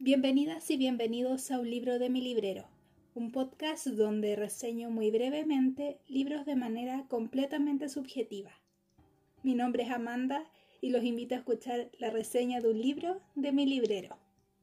Bienvenidas y bienvenidos a Un libro de mi librero, un podcast donde reseño muy brevemente libros de manera completamente subjetiva. Mi nombre es Amanda y los invito a escuchar la reseña de un libro de mi librero.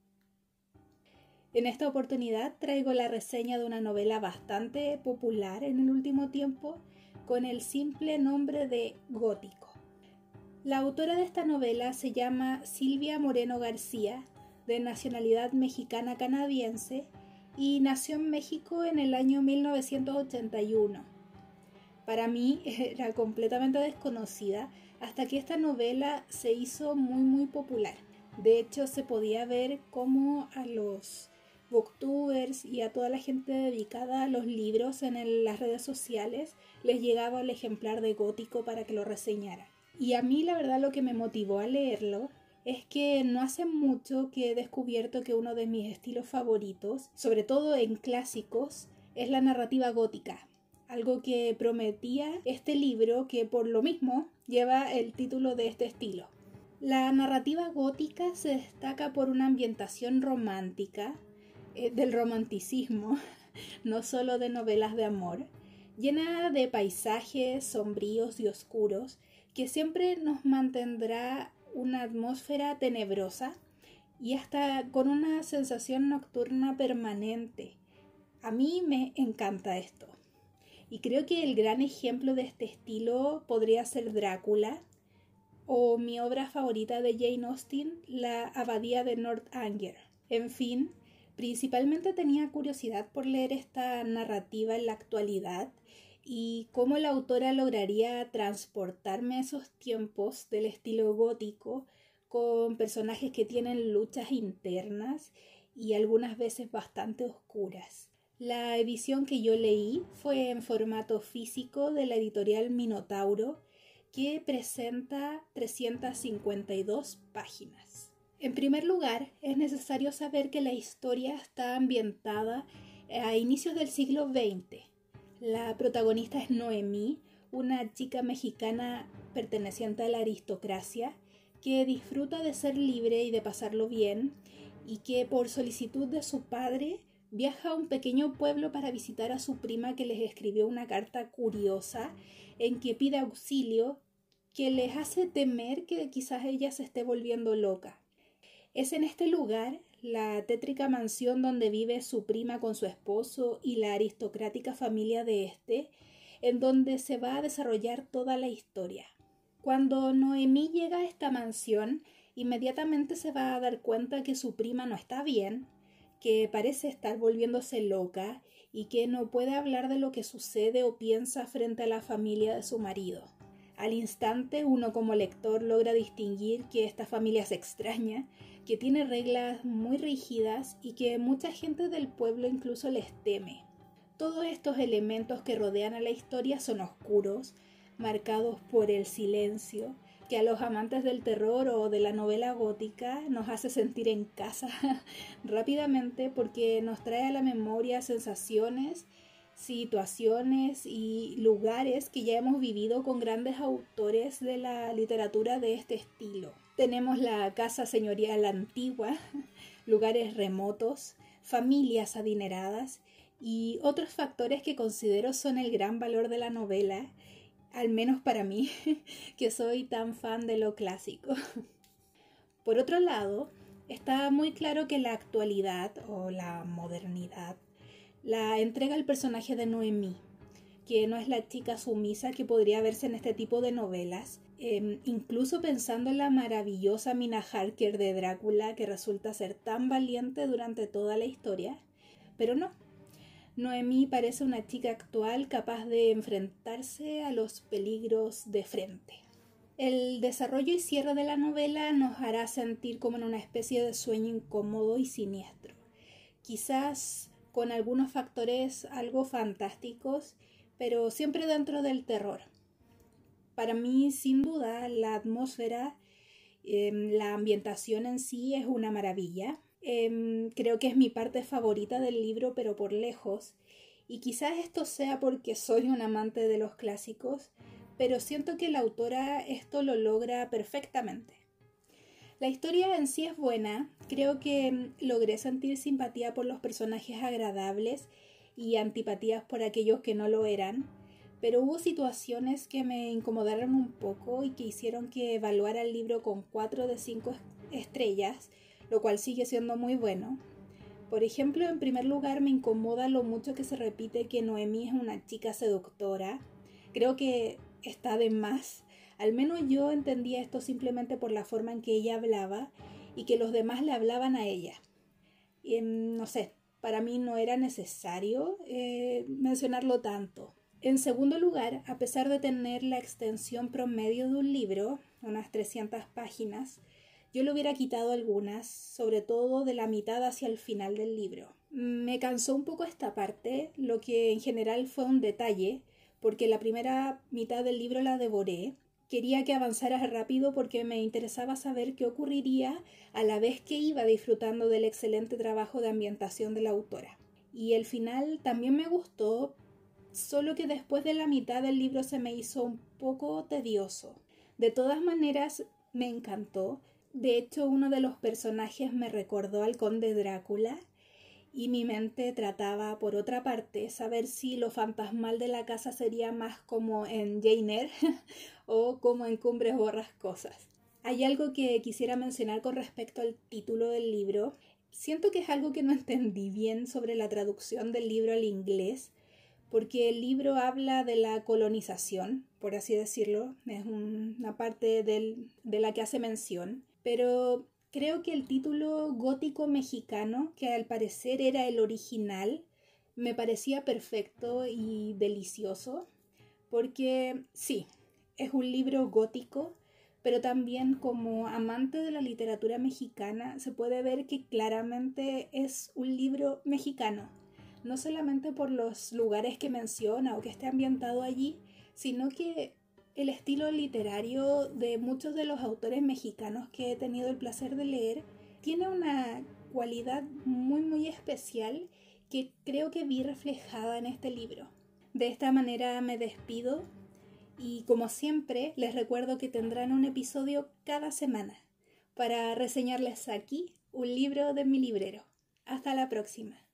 En esta oportunidad traigo la reseña de una novela bastante popular en el último tiempo con el simple nombre de Gótico. La autora de esta novela se llama Silvia Moreno García, de nacionalidad mexicana-canadiense, y nació en México en el año 1981. Para mí era completamente desconocida hasta que esta novela se hizo muy popular. De hecho, se podía ver cómo a los booktubers y a toda la gente dedicada a los libros en las redes sociales les llegaba el ejemplar de Gótico para que lo reseñara. Y a mí la verdad lo que me motivó a leerlo es que no hace mucho que he descubierto que uno de mis estilos favoritos, sobre todo en clásicos, es la narrativa gótica. Algo que prometía este libro que por lo mismo lleva el título de este estilo. La narrativa gótica se destaca por una ambientación romántica, del romanticismo, no solo de novelas de amor, llena de paisajes sombríos y oscuros que siempre nos mantendrá una atmósfera tenebrosa y hasta con una sensación nocturna permanente. A mí me encanta esto. Y creo que el gran ejemplo de este estilo podría ser Drácula o mi obra favorita de Jane Austen, La Abadía de Northanger. En fin, principalmente tenía curiosidad por leer esta narrativa en la actualidad y cómo la autora lograría transportarme a esos tiempos del estilo gótico con personajes que tienen luchas internas y algunas veces bastante oscuras. La edición que yo leí fue en formato físico de la editorial Minotauro, que presenta 352 páginas. En primer lugar, es necesario saber que la historia está ambientada a inicios del siglo XX. La protagonista es Noemí, una chica mexicana perteneciente a la aristocracia que disfruta de ser libre y de pasarlo bien y que por solicitud de su padre viaja a un pequeño pueblo para visitar a su prima que les escribió una carta curiosa en que pide auxilio que les hace temer que quizás ella se esté volviendo loca. Es en este lugar, la tétrica mansión donde vive su prima con su esposo y la aristocrática familia de este, en donde se va a desarrollar toda la historia. Cuando Noemí llega a esta mansión, inmediatamente se va a dar cuenta que su prima no está bien, que parece estar volviéndose loca y que no puede hablar de lo que sucede o piensa frente a la familia de su marido. Al instante, uno como lector logra distinguir que esta familia es extraña, que tiene reglas muy rígidas y que mucha gente del pueblo incluso les teme. Todos estos elementos que rodean a la historia son oscuros, marcados por el silencio, que a los amantes del terror o de la novela gótica nos hace sentir en casa rápidamente porque nos trae a la memoria sensaciones, situaciones y lugares que ya hemos vivido con grandes autores de la literatura de este estilo. Tenemos la casa señorial antigua, lugares remotos, familias adineradas y otros factores que considero son el gran valor de la novela, al menos para mí, que soy tan fan de lo clásico. Por otro lado, está muy claro que la actualidad o la modernidad la entrega el personaje de Noemí, que no es la chica sumisa que podría verse en este tipo de novelas, incluso pensando en la maravillosa Mina Harker de Drácula, que resulta ser tan valiente durante toda la historia, pero no. Noemí parece una chica actual capaz de enfrentarse a los peligros de frente. El desarrollo y cierre de la novela nos hará sentir como en una especie de sueño incómodo y siniestro. Quizás con algunos factores algo fantásticos, pero siempre dentro del terror. Para mí, sin duda, la atmósfera, la ambientación en sí es una maravilla. Creo que es mi parte favorita del libro, pero por lejos. Y quizás esto sea porque soy un amante de los clásicos, pero siento que la autora esto lo logra perfectamente. La historia en sí es buena, creo que logré sentir simpatía por los personajes agradables y antipatías por aquellos que no lo eran, pero hubo situaciones que me incomodaron un poco y que hicieron que evaluara el libro con 4 de 5 estrellas, lo cual sigue siendo muy bueno. Por ejemplo, en primer lugar me incomoda lo mucho que se repite que Noemí es una chica seductora. Creo que está de más. Al menos yo entendía esto simplemente por la forma en que ella hablaba y que los demás le hablaban a ella. Y, no sé, para mí no era necesario mencionarlo tanto. En segundo lugar, a pesar de tener la extensión promedio de un libro, unas 300 páginas, yo le hubiera quitado algunas, sobre todo de la mitad hacia el final del libro. Me cansó un poco esta parte, lo que en general fue un detalle, porque la primera mitad del libro la devoré. Quería que avanzara rápido porque me interesaba saber qué ocurriría a la vez que iba disfrutando del excelente trabajo de ambientación de la autora. Y el final también me gustó, solo que después de la mitad del libro se me hizo un poco tedioso. De todas maneras, me encantó. De hecho, uno de los personajes me recordó al conde Drácula y mi mente trataba, por otra parte, saber si lo fantasmal de la casa sería más como en Jane Eyre o como en Cumbres Borrascosas. Hay algo que quisiera mencionar con respecto al título del libro. Siento que es algo que no entendí bien sobre la traducción del libro al inglés, porque el libro habla de la colonización, por así decirlo, es una parte de la que hace mención, pero creo que el título gótico mexicano, que al parecer era el original, me parecía perfecto y delicioso, porque sí, es un libro gótico, pero también como amante de la literatura mexicana se puede ver que claramente es un libro mexicano, no solamente por los lugares que menciona o que esté ambientado allí, sino que el estilo literario de muchos de los autores mexicanos que he tenido el placer de leer tiene una cualidad muy especial que creo que vi reflejada en este libro. De esta manera me despido y, como siempre, les recuerdo que tendrán un episodio cada semana para reseñarles aquí un libro de mi librero. Hasta la próxima.